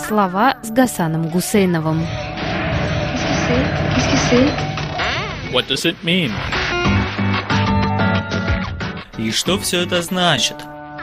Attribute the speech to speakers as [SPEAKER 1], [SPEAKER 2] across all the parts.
[SPEAKER 1] Слова с Гасаном Гусейновым.
[SPEAKER 2] What does it mean? И что все это значит?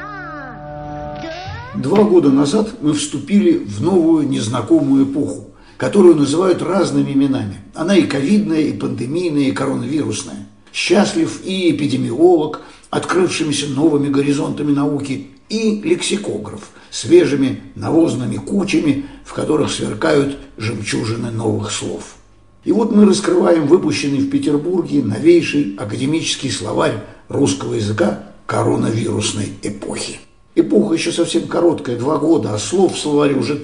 [SPEAKER 3] 2 года назад мы вступили в новую незнакомую эпоху, которую называют разными именами. Она и ковидная, и пандемийная, и коронавирусная. Счастлив и эпидемиолог, открывшимися новыми горизонтами науки, и лексикограф, свежими навозными кучами, в которых сверкают жемчужины новых слов. И вот мы раскрываем выпущенный в Петербурге новейший академический словарь русского языка коронавирусной эпохи. Эпоха еще совсем короткая, 2 года, а слов в словаре уже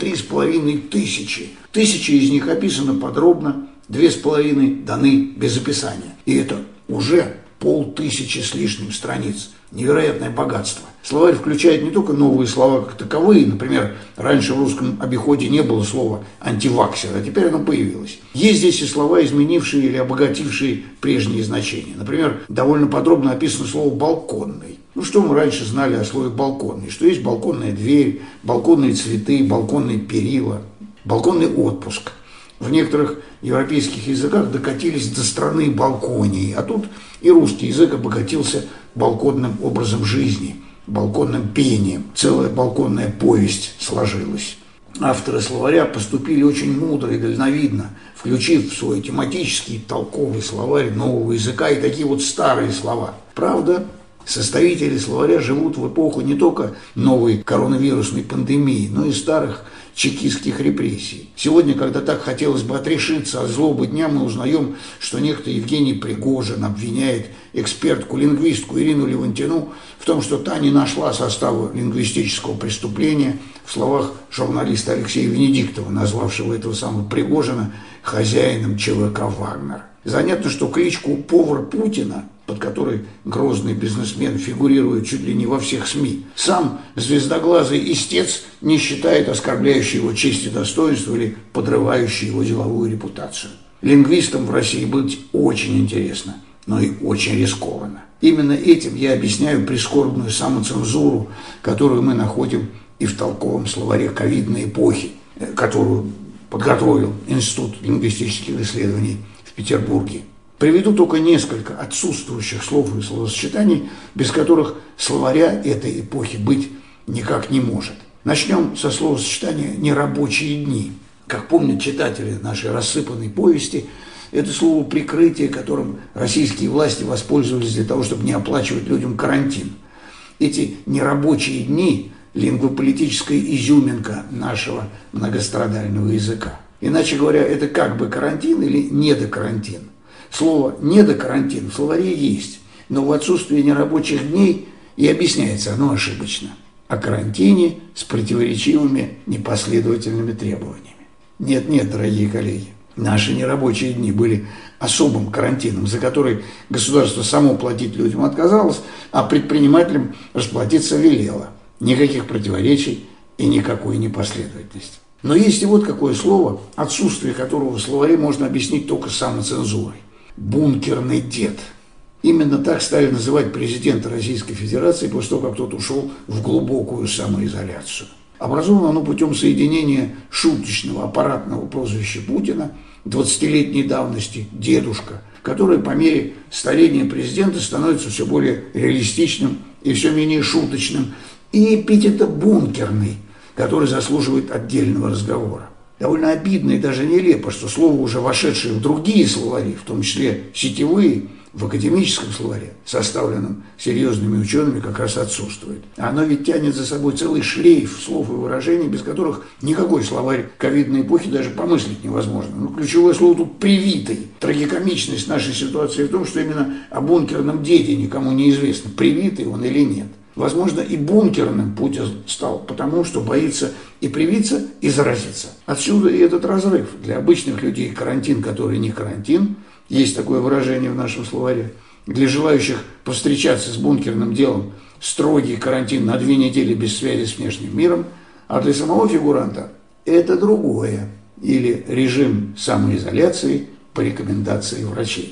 [SPEAKER 3] 3500. 1000 из них описано подробно, 2500 даны без описания. И это уже 5000 с лишним страниц. Невероятное богатство. Словарь включает не только новые слова как таковые, например, раньше в русском обиходе не было слова «антиваксер», а теперь оно появилось. Есть здесь и слова, изменившие или обогатившие прежние значения. Например, довольно подробно описано слово «балконный». Что мы раньше знали о слове «балконный»? Что есть балконная дверь, балконные цветы, балконные перила, балконный отпуск. В некоторых европейских языках докатились до страны балконии, а тут и русский язык обогатился балконным образом жизни, балконным пением. Целая балконная повесть сложилась. Авторы словаря поступили очень мудро и дальновидно, включив в свой тематический толковый словарь нового языка и такие вот старые слова. Правда, составители словаря живут в эпоху не только новой коронавирусной пандемии, но и старых чекистских репрессий. Сегодня, когда так хотелось бы отрешиться от злобы дня, мы узнаем, что некто Евгений Пригожин обвиняет экспертку-лингвистку Ирину Левантину в том, что та не нашла состава лингвистического преступления в словах журналиста Алексея Венедиктова, назвавшего этого самого Пригожина хозяином ЧВК «Вагнер». Занятно, что кличку «Повар Путина», под которой грозный бизнесмен фигурирует чуть ли не во всех СМИ, сам звездоглазый истец не считает оскорбляющей его честь и достоинство или подрывающей его деловую репутацию. Лингвистам в России быть очень интересно, но и очень рискованно. Именно этим я объясняю прискорбную самоцензуру, которую мы находим и в толковом словаре ковидной эпохи, которую подготовил Институт лингвистических исследований в Петербурге. Приведу только несколько отсутствующих слов и словосочетаний, без которых словаря этой эпохи быть никак не может. Начнем со словосочетания «нерабочие дни». Как помнят читатели нашей рассыпанной повести, это слово прикрытие, которым российские власти воспользовались для того, чтобы не оплачивать людям карантин. Эти нерабочие дни – лингвополитическая изюминка нашего многострадального языка. Иначе говоря, это как бы карантин или недокарантин. Слово «недокарантин» в словаре есть, но в отсутствии нерабочих дней и объясняется оно ошибочно. О карантине с противоречивыми непоследовательными требованиями. Нет, дорогие коллеги, наши нерабочие дни были особым карантином, за который государство само платить людям отказалось, а предпринимателям расплатиться велело. Никаких противоречий и никакой непоследовательности. Но есть и вот какое слово, отсутствие которого в словаре можно объяснить только самоцензурой. Бункерный дед. Именно так стали называть президента Российской Федерации после того, как тот ушел в глубокую самоизоляцию. Образовано оно путем соединения шуточного аппаратного прозвища Путина 20-летней давности «дедушка», которое по мере старения президента становится все более реалистичным и все менее шуточным, и эпитета «бункерный», который заслуживает отдельного разговора. Довольно обидно и даже нелепо, что слово, уже вошедшее в другие словари, в том числе сетевые, в академическом словаре, составленном серьезными учеными, как раз отсутствует. Оно ведь тянет за собой целый шлейф слов и выражений, без которых никакой словарь ковидной эпохи даже помыслить невозможно. Но ключевое слово тут «привитый». Трагикомичность нашей ситуации в том, что именно о бункерном деде никому не известно, привитый он или нет. Возможно, и бункерным Путин стал, потому что боится и привиться, и заразиться. Отсюда и этот разрыв. Для обычных людей карантин, который не карантин, есть такое выражение в нашем словаре. Для желающих повстречаться с бункерным делом строгий карантин на 2 недели без связи с внешним миром, а для самого фигуранта это другое. Или режим самоизоляции по рекомендации врачей.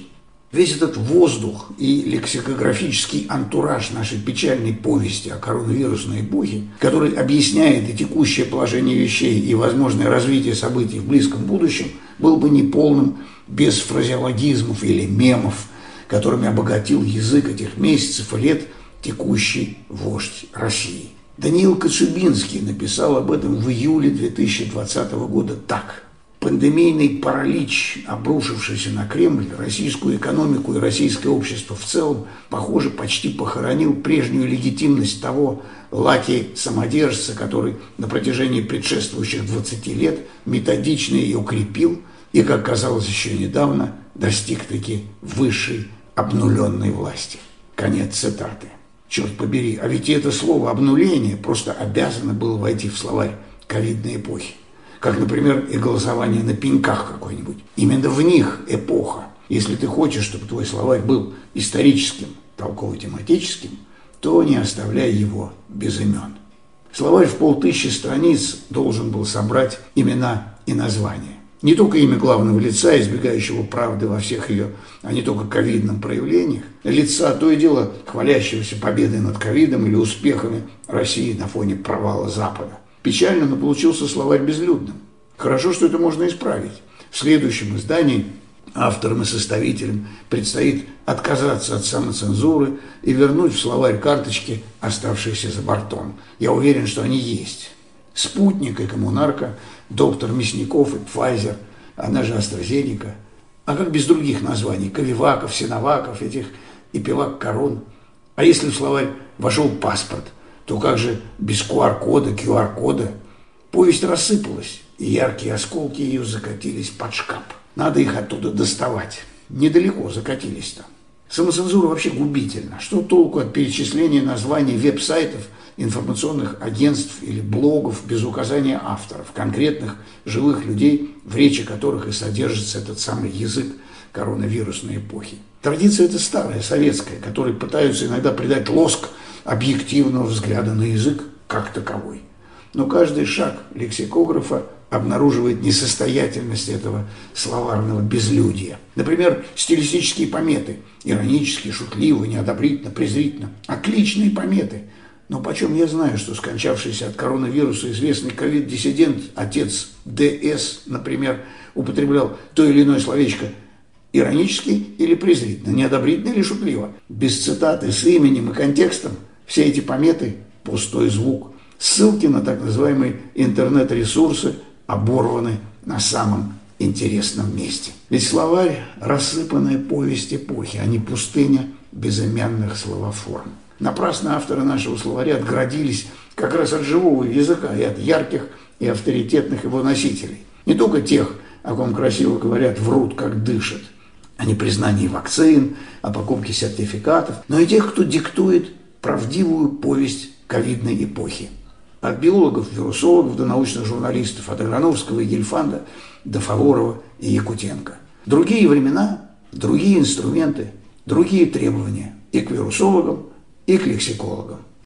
[SPEAKER 3] Весь этот воздух и лексикографический антураж нашей печальной повести о коронавирусной эпохе, который объясняет и текущее положение вещей, и возможное развитие событий в близком будущем, был бы неполным без фразеологизмов или мемов, которыми обогатил язык этих месяцев и лет текущий вождь России. Даниил Кацубинский написал об этом в июле 2020 года так. Пандемийный паралич, обрушившийся на Кремль, российскую экономику и российское общество в целом, похоже, почти похоронил прежнюю легитимность того лаки-самодержца, который на протяжении предшествующих 20 лет методично ее укрепил и, как казалось еще недавно, достиг-таки высшей обнуленной власти. Конец цитаты. Черт побери, а ведь и это слово «обнуление» просто обязано было войти в словарь ковидной эпохи. Как, например, и голосование на пеньках какой-нибудь. Именно в них эпоха. Если ты хочешь, чтобы твой словарь был историческим, толково-тематическим, то не оставляй его без имен. Словарь в 5000 страниц должен был собрать имена и названия. Не только имя главного лица, избегающего правды во всех ее, а не только ковидном проявлениях, лица, то и дело, хвалящегося победой над ковидом или успехами России на фоне провала Запада. Печально, но получился словарь безлюдным. Хорошо, что это можно исправить. В следующем издании авторам и составителям предстоит отказаться от самоцензуры и вернуть в словарь карточки, оставшиеся за бортом. Я уверен, что они есть. Спутник и Коммунарка, доктор Мясников и Pfizer, она же AstraZeneca. А как без других названий? Ковиваков, Синоваков, этих и Пивак Корон. А если в словарь вошел паспорт, то как же без QR-кода, QR-кода? Повесть рассыпалась, и яркие осколки ее закатились под шкаф. Надо их оттуда доставать. Недалеко закатились-то. Самоцензура вообще губительна. Что толку от перечисления названий веб-сайтов, информационных агентств или блогов без указания авторов, конкретных живых людей, в речи которых и содержится этот самый язык коронавирусной эпохи? Традиция эта старая, советская, которой пытаются иногда придать лоск объективного взгляда на язык как таковой. Но каждый шаг лексикографа обнаруживает несостоятельность этого словарного безлюдия. Например, стилистические пометы. Иронические, шутливые, неодобрительно, презрительно. Отличные пометы. Но почем я знаю, что скончавшийся от коронавируса известный ковид-диссидент, отец ДС, например, употреблял то или иное словечко иронически или презрительно, неодобрительно или шутливо. Без цитаты с именем и контекстом все эти пометы – пустой звук. Ссылки на так называемые интернет-ресурсы оборваны на самом интересном месте. Ведь словарь – рассыпанная повесть эпохи, а не пустыня безымянных словоформ. Напрасно авторы нашего словаря отгородились как раз от живого языка и от ярких и авторитетных его носителей. Не только тех, о ком красиво говорят, врут, как дышат, о непризнании вакцин, о покупке сертификатов, но и тех, кто диктует правдивую повесть ковидной эпохи. От биологов, вирусологов до научных журналистов, от Аграновского и Гельфанда до Фаворова и Якутенко. Другие времена, другие инструменты, другие требования и к вирусологам, и к лексикологам.